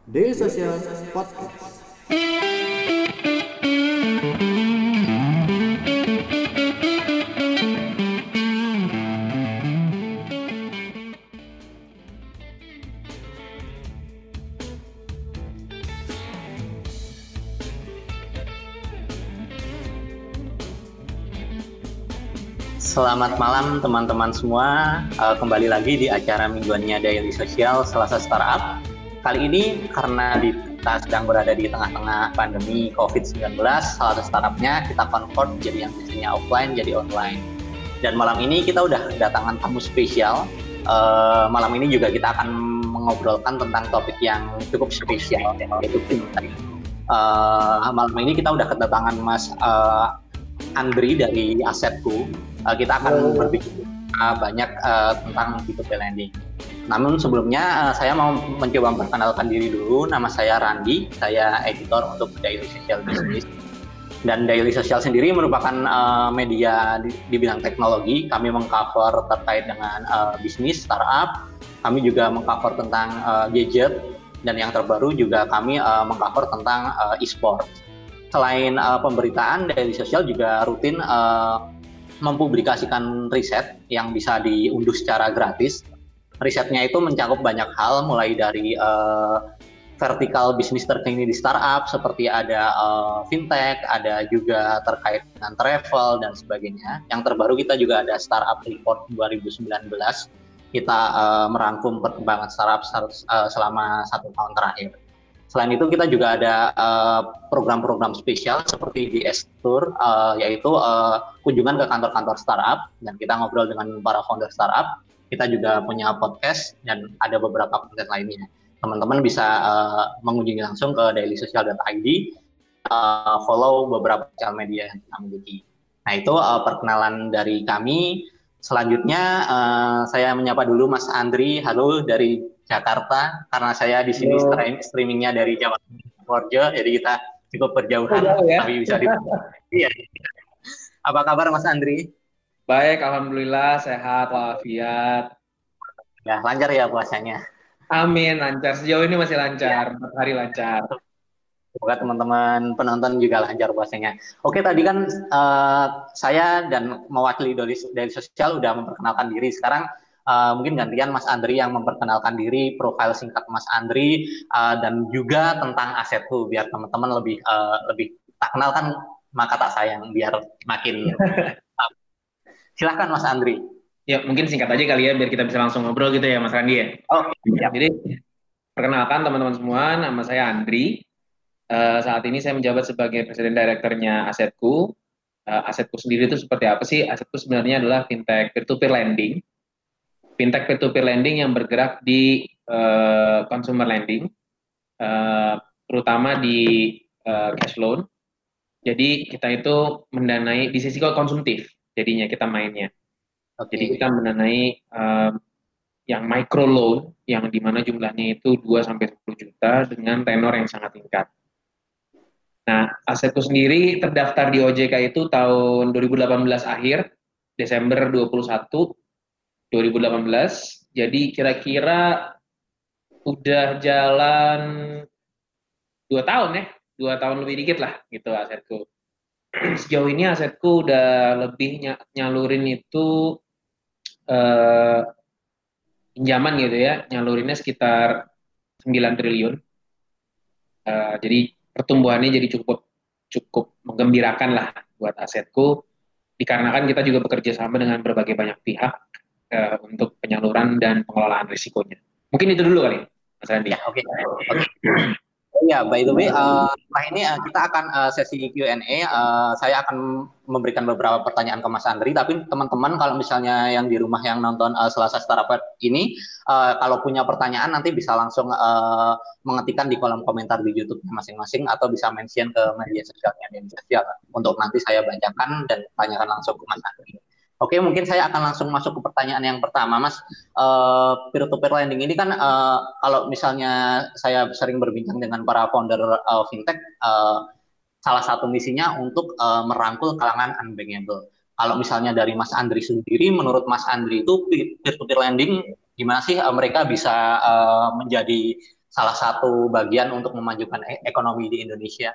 Daily Social Podcast. Selamat malam teman-teman semua. Kembali lagi di acara mingguannya Daily Social Selasa Startup. Kali ini karena kita sedang berada di tengah-tengah pandemi COVID-19, salah satu startupnya kita convert jadi yang biasanya offline jadi online. Dan malam ini kita udah kedatangan tamu spesial. Malam ini juga kita akan mengobrolkan tentang topik yang cukup spesial, yaitu fintech. Malam ini kita udah kedatangan Mas Andri dari Asetku. Kita akan berbicara banyak tentang P2P lending. Namun sebelumnya saya mau mencoba memperkenalkan diri dulu. Nama saya Randi, saya editor untuk Daily Social Business. Dan Daily Social sendiri merupakan media di bidang teknologi. Kami mengcover terkait dengan bisnis, startup. Kami juga mengcover tentang gadget. Dan yang terbaru juga kami mengcover tentang e-sport. Selain pemberitaan, Daily Social juga rutin mempublikasikan riset yang bisa diunduh secara gratis. Risetnya itu mencakup banyak hal, mulai dari vertikal bisnis terkini di startup, seperti ada fintech, ada juga terkait dengan travel, dan sebagainya. Yang terbaru kita juga ada Startup Report 2019. Kita merangkum perkembangan startup selama 1 tahun terakhir. Selain itu kita juga ada program-program spesial seperti di S-Tour, yaitu kunjungan ke kantor-kantor startup, dan kita ngobrol dengan para founder startup. Kita juga punya podcast dan ada beberapa konten lainnya. Teman-teman bisa mengunjungi langsung ke dailysocial.id, follow beberapa sosial media yang kita miliki. Nah itu perkenalan dari kami. Selanjutnya saya menyapa dulu Mas Andri. Halo dari Jakarta, karena saya di sini streamingnya dari Jawa Timur, jadi kita cukup berjauhan, tapi bisa di. Iya. Apa kabar Mas Andri? Baik, alhamdulillah sehat walafiat. Ya, lancar ya puasanya. Amin, lancar. Sejauh ini masih lancar, 4 hari lancar. Semoga teman-teman penonton juga lancar puasanya. Oke, tadi kan saya dan mewakili dari sosial udah memperkenalkan diri. Sekarang mungkin gantian Mas Andri yang memperkenalkan diri, profil singkat Mas Andri, dan juga tentang asetku, biar teman-teman lebih tak kenal kan maka tak sayang, biar makin. Silahkan Mas Andri. Ya, mungkin singkat aja kali ya, biar kita bisa langsung ngobrol gitu ya, Mas Randi ya. Oh, siap. Jadi, perkenalkan teman-teman semua, nama saya Andri. Saat ini saya menjabat sebagai Presiden Direkturnya Asetku. Asetku sendiri itu seperti apa sih? Asetku sebenarnya adalah fintech peer-to-peer lending. Fintech peer-to-peer lending yang bergerak di consumer lending, terutama di cash loan. Jadi kita itu mendanai di sisi konsumtif, jadinya kita mainnya. Jadi kita mendanai yang micro loan, yang dimana jumlahnya itu 2-10 juta dengan tenor yang sangat singkat. Nah, Asetku sendiri terdaftar di OJK itu tahun 2018 akhir, Desember 21, 2018. Jadi kira-kira udah jalan 2 tahun ya, 2 tahun lebih dikit lah gitu asetku. Sejauh ini asetku udah lebih nyalurin itu pinjaman gitu ya, nyalurinnya sekitar 9 triliun. Jadi pertumbuhannya jadi cukup menggembirakan lah buat asetku, dikarenakan kita juga bekerja sama dengan berbagai banyak pihak untuk penyaluran dan pengelolaan risikonya. Mungkin itu dulu kali, Mas Randi. Ya, oke. Ya, by the way, setelah ini kita akan sesi Q&A. Saya akan memberikan beberapa pertanyaan ke Mas Andri, tapi teman-teman kalau misalnya yang di rumah yang nonton Selasa Startup ini, kalau punya pertanyaan nanti bisa langsung mengetikkan di kolom komentar di YouTube masing-masing, atau bisa mention ke media sosialnya dan sosial untuk nanti saya bacakan dan tanyakan langsung ke Mas Andri. Oke, mungkin saya akan langsung masuk ke pertanyaan yang pertama, Mas. Peer-to-peer lending ini kan kalau misalnya saya sering berbincang dengan para founder fintech, salah satu misinya untuk merangkul kalangan unbankable. Kalau misalnya dari Mas Andri sendiri, menurut Mas Andri itu peer-to-peer lending gimana sih mereka bisa menjadi salah satu bagian untuk memajukan ekonomi di Indonesia.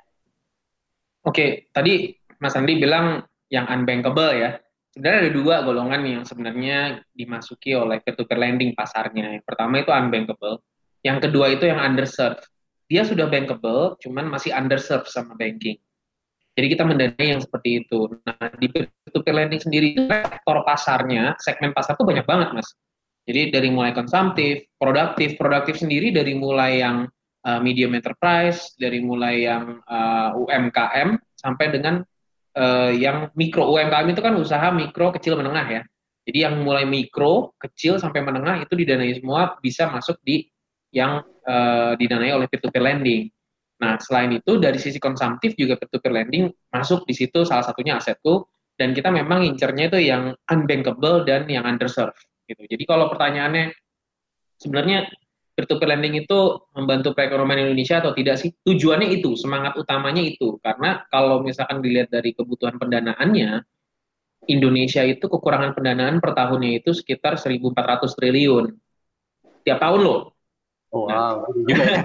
Oke, tadi Mas Andi bilang yang unbankable ya. Sebenarnya ada dua golongan yang sebenarnya dimasuki oleh peer-to-peer lending pasarnya. Yang pertama itu unbankable, yang kedua itu yang underserved. Dia sudah bankable, cuman masih underserved sama banking. Jadi kita mendanai yang seperti itu. Nah, di peer-to-peer lending sendiri, sektor pasarnya, segmen pasar itu banyak banget, Mas. Jadi dari mulai konsumtif, produktif sendiri dari mulai yang medium enterprise, dari mulai yang UMKM, sampai dengan yang mikro. UMKM itu kan usaha mikro, kecil, menengah ya. Jadi yang mulai mikro, kecil, sampai menengah itu didanai semua bisa masuk di yang didanai oleh peer-to-peer lending. Nah, selain itu dari sisi konsumtif juga peer-to-peer lending masuk di situ, salah satunya Asetku, dan kita memang incernya itu yang unbankable dan yang underserved gitu. Jadi kalau pertanyaannya sebenarnya peer-to-peer lending itu membantu perekonomian Indonesia atau tidak sih? Tujuannya itu, semangat utamanya itu. Karena kalau misalkan dilihat dari kebutuhan pendanaannya, Indonesia itu kekurangan pendanaan per tahunnya itu sekitar 1.400 triliun tiap tahun loh. Wow. Nah,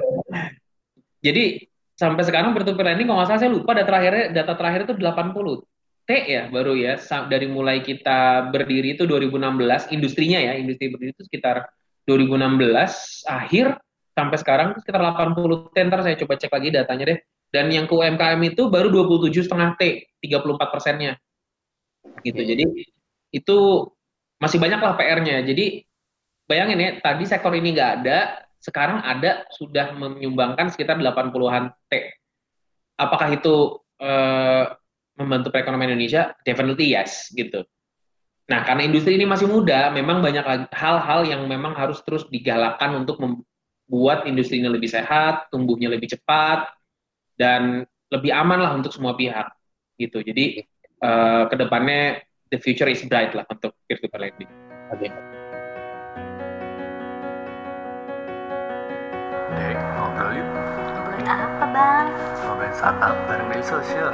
jadi sampai sekarang peer-to-peer lending kalau nggak salah saya lupa data terakhir itu 80 T ya baru ya, dari mulai kita berdiri itu 2016, industrinya ya, industri berdiri itu sekitar 2016 akhir sampai sekarang itu sekitar 80 T. Ntar saya coba cek lagi datanya deh. Dan yang ke UMKM itu baru 27,5 T, 34%-nya. Gitu. Jadi itu masih banyak lah PR-nya. Jadi bayangin ya, tadi sektor ini nggak ada, sekarang ada, sudah menyumbangkan sekitar 80-an T. Apakah itu membantu perekonomian Indonesia? Definitely yes, gitu. Nah, karena industri ini masih muda, memang banyak hal-hal yang memang harus terus digalakkan untuk membuat industri ini lebih sehat, tumbuhnya lebih cepat, dan lebih aman lah untuk semua pihak, gitu. Jadi, kedepannya the future is bright lah untuk peer-to-peer lending. Oke. Dek, ngobrol yuk. Ngobrolin apa, Bang? Ngobrolin startup bareng Daily Social.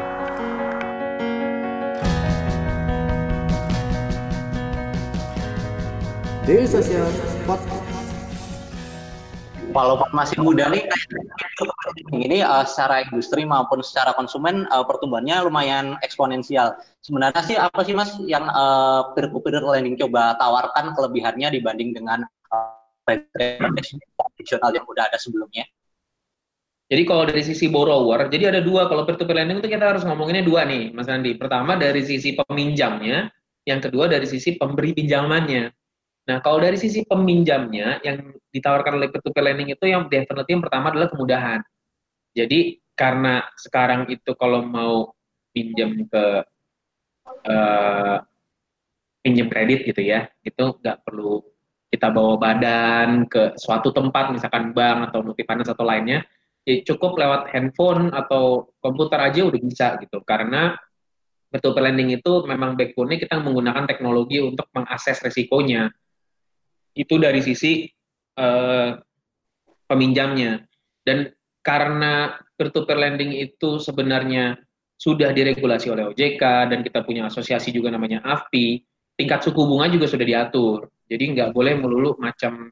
Daily Social Podcast. Walaupun masih muda nih, ini secara industri maupun secara konsumen pertumbuhannya lumayan eksponensial. Sebenarnya sih apa sih Mas yang peer-to-peer lending coba tawarkan kelebihannya dibanding dengan tradisional yang udah ada sebelumnya? Jadi kalau dari sisi borrower, jadi ada dua. Kalau peer-to-peer lending itu kita harus ngomonginnya dua nih, Mas Andi. Pertama dari sisi peminjamnya, yang kedua dari sisi pemberi pinjamannya. Nah, kalau dari sisi peminjamnya, yang ditawarkan oleh peer-to-peer lending itu yang definitely yang pertama adalah kemudahan. Jadi, karena sekarang itu kalau mau pinjam ke pinjam kredit gitu ya, itu nggak perlu kita bawa badan ke suatu tempat, misalkan bank atau multifinance atau lainnya, ya cukup lewat handphone atau komputer aja udah bisa gitu. Karena peer-to-peer lending itu memang backbone-nya kita menggunakan teknologi untuk mengakses resikonya. Itu dari sisi peminjamnya. Dan karena peer-to-peer lending itu sebenarnya sudah diregulasi oleh OJK dan kita punya asosiasi juga namanya AFPI, tingkat suku bunga juga sudah diatur. Jadi nggak boleh melulu macam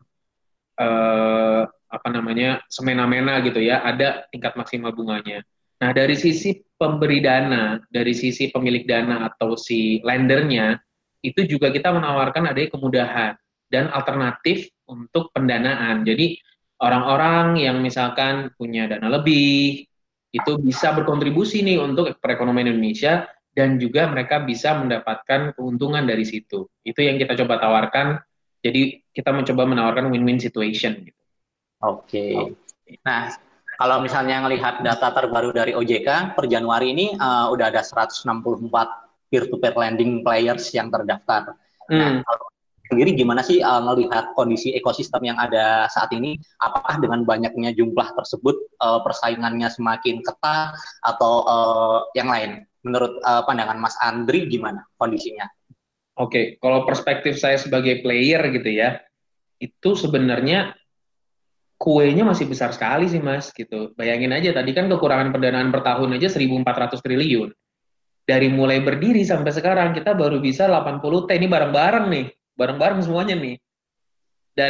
semena-mena gitu ya, ada tingkat maksimal bunganya. Nah, dari sisi pemberi dana, dari sisi pemilik dana atau si lendernya, itu juga kita menawarkan adanya kemudahan dan alternatif untuk pendanaan. Jadi orang-orang yang misalkan punya dana lebih, itu bisa berkontribusi nih untuk perekonomian Indonesia, dan juga mereka bisa mendapatkan keuntungan dari situ. Itu yang kita coba tawarkan. Jadi kita mencoba menawarkan win-win situation. Gitu. Oke. Nah, kalau misalnya ngelihat data terbaru dari OJK, per Januari ini udah ada 164 peer-to-peer lending players yang terdaftar. Nah, kalau sendiri gimana sih melihat kondisi ekosistem yang ada saat ini? Apakah dengan banyaknya jumlah tersebut persaingannya semakin ketat atau yang lain? Menurut pandangan Mas Andri gimana kondisinya? Oke, kalau perspektif saya sebagai player gitu ya, itu sebenarnya kuenya masih besar sekali sih Mas gitu. Bayangin aja tadi kan kekurangan pendanaan per tahun aja 1.400 triliun. Dari mulai berdiri sampai sekarang kita baru bisa 80 T, ini bareng-bareng nih. Bareng-bareng semuanya nih. Dan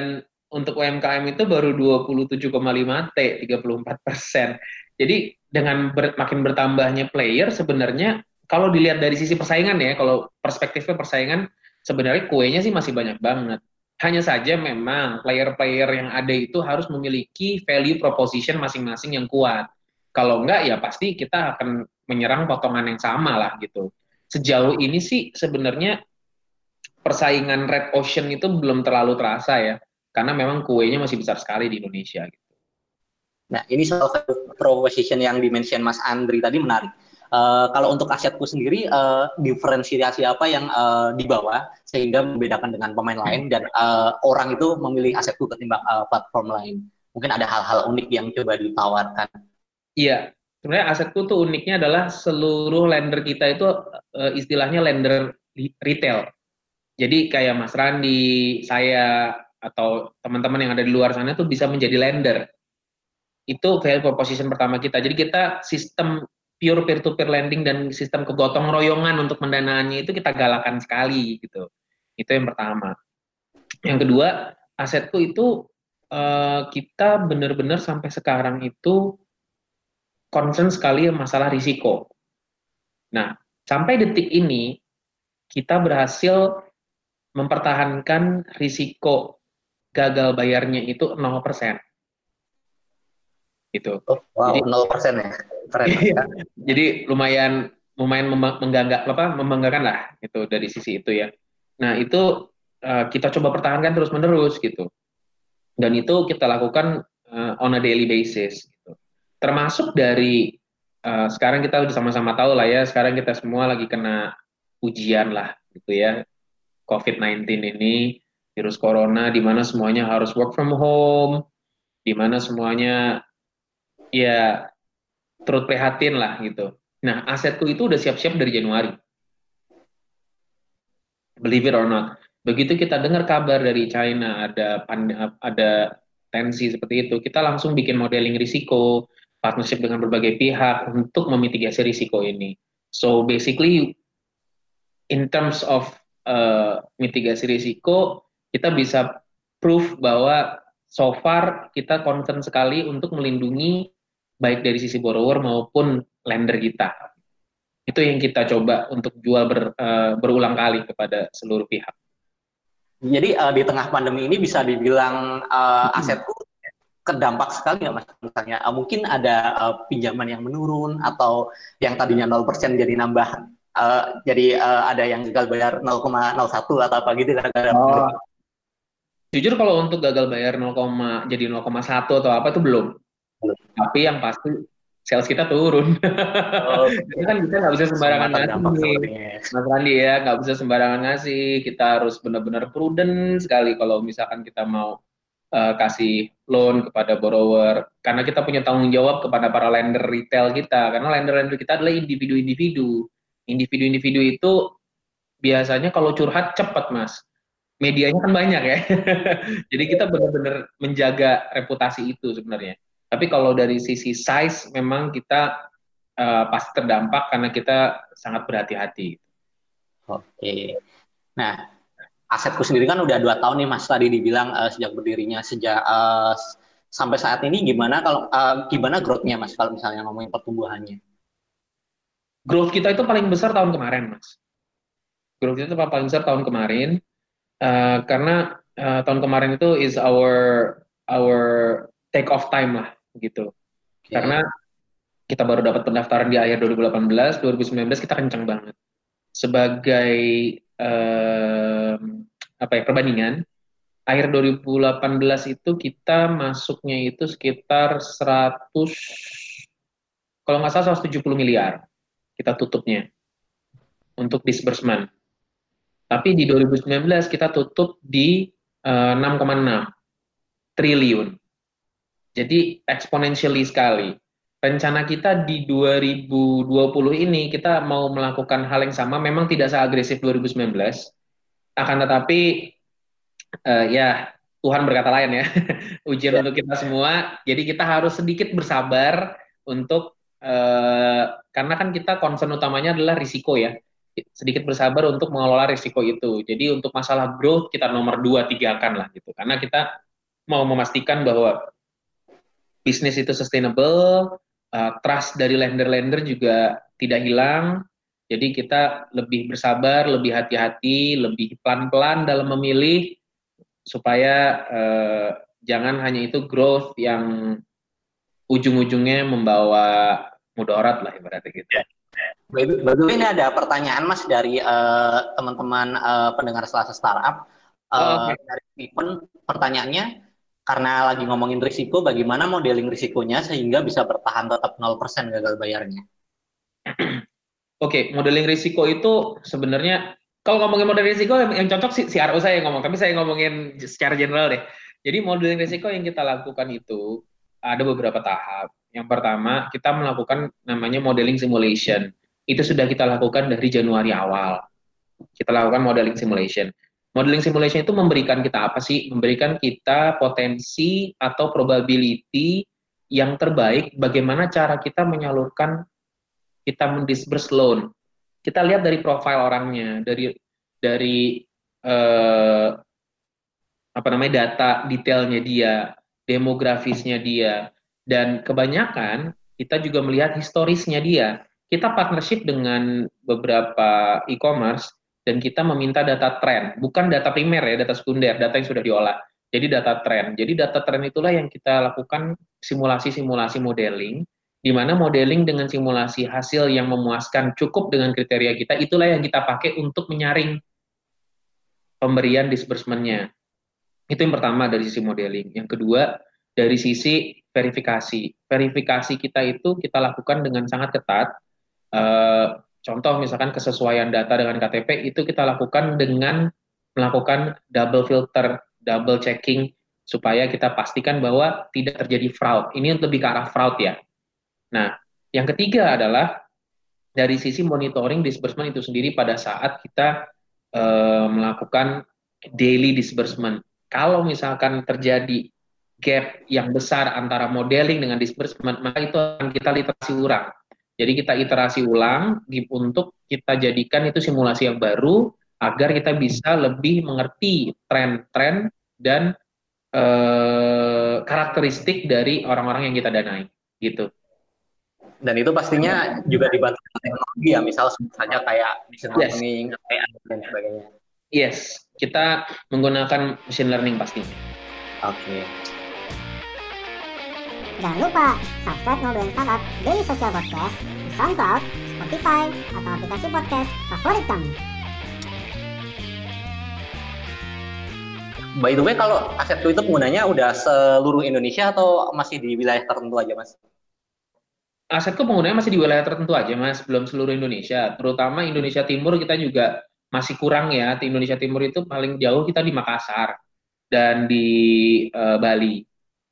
untuk UMKM itu baru 27,5 T, 34%. Jadi dengan makin bertambahnya player sebenarnya kalau dilihat dari sisi persaingan ya, kalau perspektifnya persaingan sebenarnya kuenya sih masih banyak banget. Hanya saja memang player-player yang ada itu harus memiliki value proposition masing-masing yang kuat. Kalau enggak ya pasti kita akan menyerang potongan yang sama lah gitu. Sejauh ini sih sebenarnya persaingan red ocean itu belum terlalu terasa ya, karena memang kuenya masih besar sekali di Indonesia. Gitu. Nah, ini soal proposition yang dimention Mas Andri tadi menarik. Kalau untuk asetku sendiri, diferensiasi apa yang dibawa sehingga membedakan dengan pemain lain dan orang itu memilih asetku ketimbang platform lain? Mungkin ada hal-hal unik yang coba ditawarkan. Iya, sebenarnya asetku tuh uniknya adalah seluruh lender kita itu istilahnya lender retail. Jadi kayak Mas Randi, saya, atau teman-teman yang ada di luar sana tuh bisa menjadi lender. Itu value proposition pertama kita. Jadi kita sistem pure peer-to-peer lending dan sistem kegotong royongan untuk pendanaannya itu kita galakan sekali gitu. Itu yang pertama. Yang kedua, asetku itu kita benar-benar sampai sekarang itu concern sekali masalah risiko. Nah, sampai detik ini kita berhasil mempertahankan risiko gagal bayarnya itu 0%. Gitu. Oh, wow, Jadi 0% ya. Keren. iya, jadi lumayan membanggakan lah gitu dari sisi itu ya. Nah, itu kita coba pertahankan terus-menerus gitu. Dan itu kita lakukan on a daily basis gitu. Termasuk dari sekarang kita udah sama-sama tahu lah ya, sekarang kita semua lagi kena ujian lah gitu ya. COVID-19 ini, virus corona, di mana semuanya harus work from home, di mana semuanya ya turut prihatin lah gitu. Nah, asetku itu udah siap-siap dari Januari. Believe it or not. Begitu kita dengar kabar dari China ada tensi seperti itu, kita langsung bikin modeling risiko, partnership dengan berbagai pihak untuk memitigasi risiko ini. So basically, in terms of mitigasi risiko, kita bisa proof bahwa so far kita concern sekali untuk melindungi baik dari sisi borrower maupun lender kita. Itu yang kita coba untuk jual berulang kali kepada seluruh pihak. Jadi di tengah pandemi ini bisa dibilang asetku terdampak sekali nggak Mas? Misalnya mungkin ada pinjaman yang menurun atau yang tadinya 0% jadi nambah. Jadi ada yang gagal bayar 0,01 atau apa gitu gara-gara Jujur kalau untuk gagal bayar 0, jadi 0,1 atau apa itu belum. Tapi yang pasti sales kita turun. Itu kan kita nggak bisa sembarangan ngasih, Mas Randi ya, nggak bisa sembarangan ngasih. Kita harus benar-benar prudent sekali kalau misalkan kita mau kasih loan kepada borrower. Karena kita punya tanggung jawab kepada para lender retail kita. Karena lender-lender kita adalah individu-individu. Individu-individu itu biasanya kalau curhat cepat, Mas. Medianya kan banyak ya. Jadi kita benar-benar menjaga reputasi itu sebenarnya. Tapi kalau dari sisi size memang kita pasti terdampak karena kita sangat berhati-hati. Oke. Nah, asetku sendiri kan udah 2 tahun nih Mas tadi dibilang sejak berdirinya sampai saat ini gimana gimana growth-nya Mas kalau misalnya ngomongin pertumbuhannya? Growth kita itu paling besar tahun kemarin, Mas. Growth kita itu paling besar tahun kemarin karena tahun kemarin itu is our take off time lah gitu. Okay. Karena kita baru dapat pendaftaran di akhir 2018, 2019 kita kencang banget. Sebagai perbandingan, akhir 2018 itu kita masuknya itu sekitar kalau nggak salah 170 miliar kita tutupnya untuk disbursement. Tapi di 2019 kita tutup di 6,6 triliun. Jadi exponentially sekali. Rencana kita di 2020 ini kita mau melakukan hal yang sama, memang tidak seagresif 2019. Akan tetapi ya Tuhan berkata lain ya. Ujian untuk kita semua. Jadi kita harus sedikit bersabar untuk karena kan kita concern utamanya adalah risiko ya. Sedikit bersabar untuk mengelola risiko itu. Jadi untuk masalah growth kita nomor 2, 3 kan lah gitu. Karena kita mau memastikan bahwa bisnis itu sustainable, trust dari lender-lender juga tidak hilang. Jadi kita lebih bersabar, lebih hati-hati, lebih pelan-pelan dalam memilih supaya jangan hanya itu growth yang ujung-ujungnya membawa mudarat lah ibaratnya gitu. Bagus, ini ada pertanyaan Mas dari teman-teman pendengar Selasa Startup. Okay. Dari Stephen, pertanyaannya, karena lagi ngomongin risiko, bagaimana modeling risikonya sehingga bisa bertahan tetap 0% gagal bayarnya? Oke, modeling risiko itu sebenarnya, kalau ngomongin modeling risiko yang cocok sih CRO saya yang ngomong, tapi saya ngomongin secara general deh. Jadi modeling risiko yang kita lakukan itu ada beberapa tahap. Yang pertama, kita melakukan namanya modeling simulation. Itu sudah kita lakukan dari Januari awal. Kita lakukan modeling simulation. Modeling simulation itu memberikan kita apa sih? Memberikan kita potensi atau probability yang terbaik bagaimana cara kita menyalurkan, kita mendisburse loan. Kita lihat dari profil orangnya, dari data detailnya dia, demografisnya dia, dan kebanyakan kita juga melihat historisnya dia. Kita partnership dengan beberapa e-commerce dan kita meminta data tren, bukan data primer ya, data sekunder, data yang sudah diolah. Jadi data tren. Jadi data tren itulah yang kita lakukan simulasi-simulasi modeling, di mana modeling dengan simulasi hasil yang memuaskan cukup dengan kriteria kita, itulah yang kita pakai untuk menyaring pemberian disbursement-nya. Itu yang pertama dari sisi modeling. Yang kedua, dari sisi verifikasi. Verifikasi kita itu kita lakukan dengan sangat ketat. Contoh misalkan kesesuaian data dengan KTP itu kita lakukan dengan melakukan double filter, double checking supaya kita pastikan bahwa tidak terjadi fraud. Ini lebih ke arah fraud ya. Nah, yang ketiga adalah dari sisi monitoring disbursement itu sendiri pada saat kita melakukan daily disbursement. Kalau misalkan terjadi gap yang besar antara modeling dengan disbursement, maka itu akan kita literasi ulang. Jadi kita iterasi ulang untuk kita jadikan itu simulasi yang baru agar kita bisa lebih mengerti tren-tren dan karakteristik dari orang-orang yang kita danai, gitu. Dan itu pastinya juga dibantu teknologi ya, misal saja kayak machine learning, AI dan sebagainya. Yes, kita menggunakan machine learning pastinya. Oke. Jangan lupa subscribe Ngobrolin Startup Daily Social Podcast di SoundCloud, Spotify, atau aplikasi podcast favorit kamu. By the way, kalau Asetku itu penggunanya udah seluruh Indonesia atau masih di wilayah tertentu aja, Mas? Asetku penggunanya masih di wilayah tertentu aja, Mas, belum seluruh Indonesia. Terutama Indonesia Timur kita juga masih kurang ya. Di Indonesia Timur itu paling jauh kita di Makassar dan di Bali.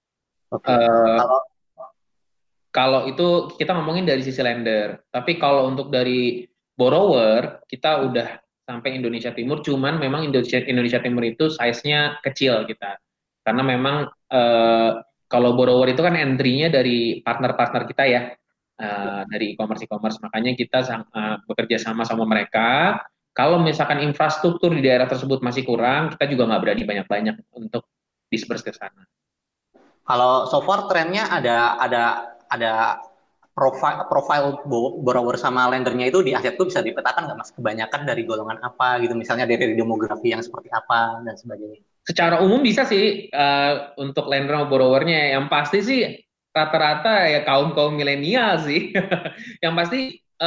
Kalau itu kita ngomongin dari sisi lender. Tapi kalau untuk dari borrower, kita udah sampai Indonesia Timur, cuman memang Indonesia Timur itu size-nya kecil kita. Karena memang kalau borrower itu kan entry-nya dari partner-partner kita ya, dari e-commerce. Makanya kita bekerja sama mereka. Kalau misalkan infrastruktur di daerah tersebut masih kurang, kita juga nggak berani banyak-banyak untuk disperse ke sana. Kalau so far trennya ada profile borrower sama lendernya itu di Asetku bisa dipetakan nggak, Mas? Kebanyakan dari golongan apa gitu, misalnya dari demografi yang seperti apa dan sebagainya. Secara umum bisa sih untuk lender sama borrowernya. Yang pasti sih rata-rata ya kaum milenial sih. Yang pasti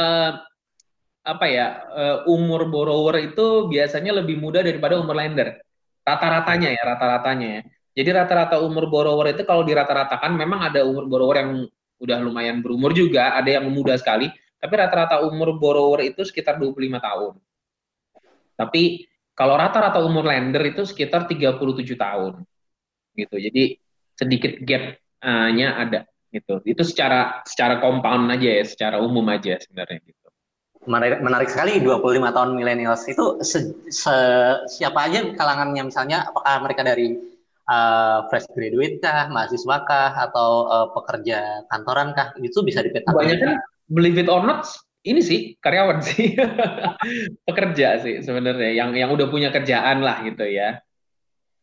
umur borrower itu biasanya lebih muda daripada umur lender. Rata-ratanya ya. Jadi rata-rata umur borrower itu kalau dirata-ratakan memang ada umur borrower yang udah lumayan berumur juga, ada yang muda sekali, tapi rata-rata umur borrower itu sekitar 25 tahun. Tapi kalau rata-rata umur lender itu sekitar 37 tahun. Gitu. Jadi sedikit gap-nya ada gitu. Itu secara compound aja ya, secara umum aja sebenarnya gitu. Menarik sekali 25 tahun millennials itu siapa aja kalangannya, misalnya apakah mereka dari fresh graduate kah, mahasiswa kah, atau pekerja kantoran kah, itu bisa dipetakan. Kebanyakan believe it or not ini sih karyawan sih. Pekerja sih sebenarnya yang udah punya kerjaan lah gitu ya.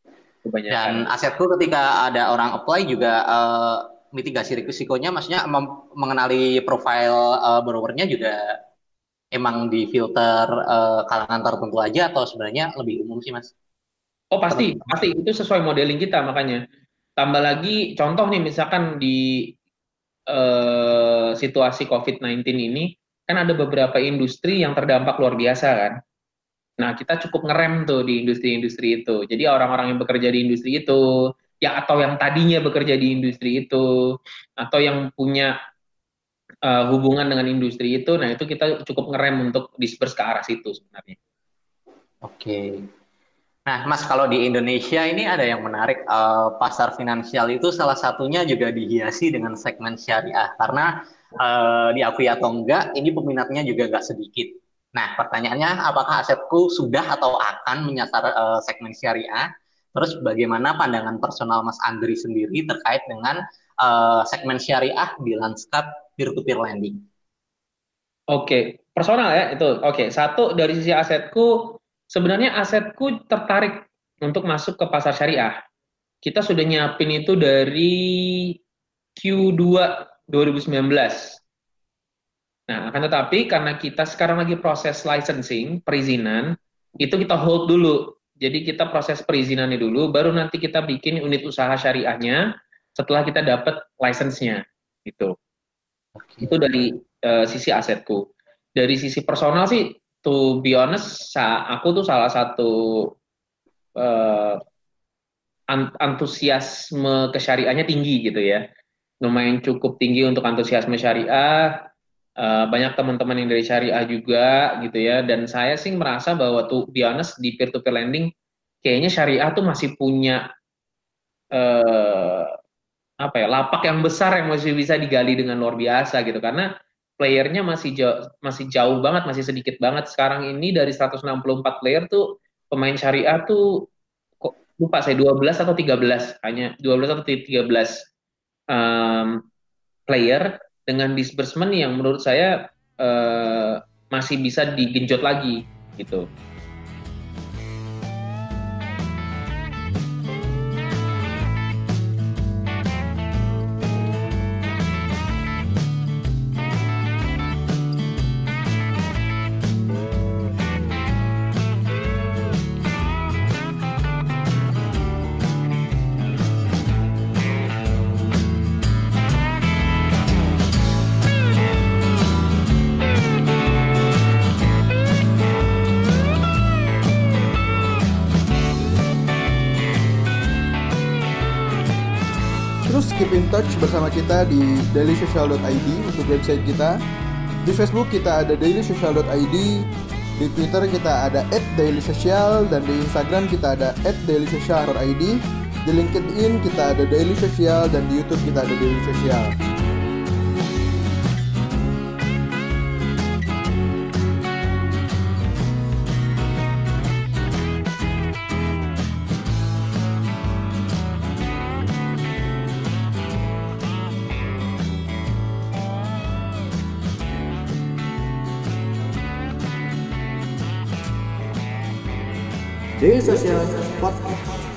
kebanyakan. Dan asetku ketika ada orang apply juga mitigasi risikonya, maksudnya mengenali profile borrowernya juga emang di filter kalangan tertentu aja atau sebenarnya lebih umum sih Mas? Oh pasti itu sesuai modeling kita, makanya tambah lagi contoh nih, misalkan di situasi COVID-19 ini kan ada beberapa industri yang terdampak luar biasa kan. Nah, kita cukup ngerem tuh di industri-industri itu. Jadi orang-orang yang bekerja di industri itu, ya atau yang tadinya bekerja di industri itu, atau yang punya hubungan dengan industri itu, nah itu kita cukup ngerem untuk disperse ke arah situ sebenarnya. Oke. Nah, Mas, kalau di Indonesia ini ada yang menarik, pasar finansial itu salah satunya juga dihiasi dengan segmen syariah. Karena diakui atau enggak, ini peminatnya juga nggak sedikit. Nah, pertanyaannya, apakah asetku sudah atau akan menyasar segmen syariah? Terus bagaimana pandangan personal Mas Andri sendiri terkait dengan segmen syariah di lanskap peer-to-peer lending? Oke, personal ya itu. Oke, satu dari sisi asetku, sebenarnya asetku tertarik untuk masuk ke pasar syariah. Kita sudah nyiapin itu dari Q2 2019. Nah, akan tetapi karena kita sekarang lagi proses licensing, perizinan, itu kita hold dulu. Jadi kita proses perizinannya dulu, baru nanti kita bikin unit usaha syariahnya setelah kita dapat license-nya. Gitu. Itu dari sisi asetku. Dari sisi personal sih, to be honest, aku tuh salah satu antusiasme ke syariahnya tinggi gitu ya. Lumayan cukup tinggi untuk antusiasme syariah. Banyak teman-teman yang dari syariah juga gitu ya, dan saya sih merasa bahwa tuh be honest di peer-to-peer lending kayaknya syariah tuh masih punya lapak yang besar yang masih bisa digali dengan luar biasa gitu, karena playernya masih jauh banget, masih sedikit banget. Sekarang ini dari 164 player tuh pemain syariah tuh kok lupa saya 12 atau 13, hanya 12 atau 13 player dengan disbursement yang menurut saya masih bisa digenjot lagi gitu. Terus keep in touch bersama kita di dailysocial.id untuk website kita. Di Facebook kita ada dailysocial.id, di Twitter kita ada @dailysocial, dan di Instagram kita ada @dailysocial_id. Di LinkedIn kita ada Daily Social, dan di YouTube kita ada Daily Social. Daily Social Podcast.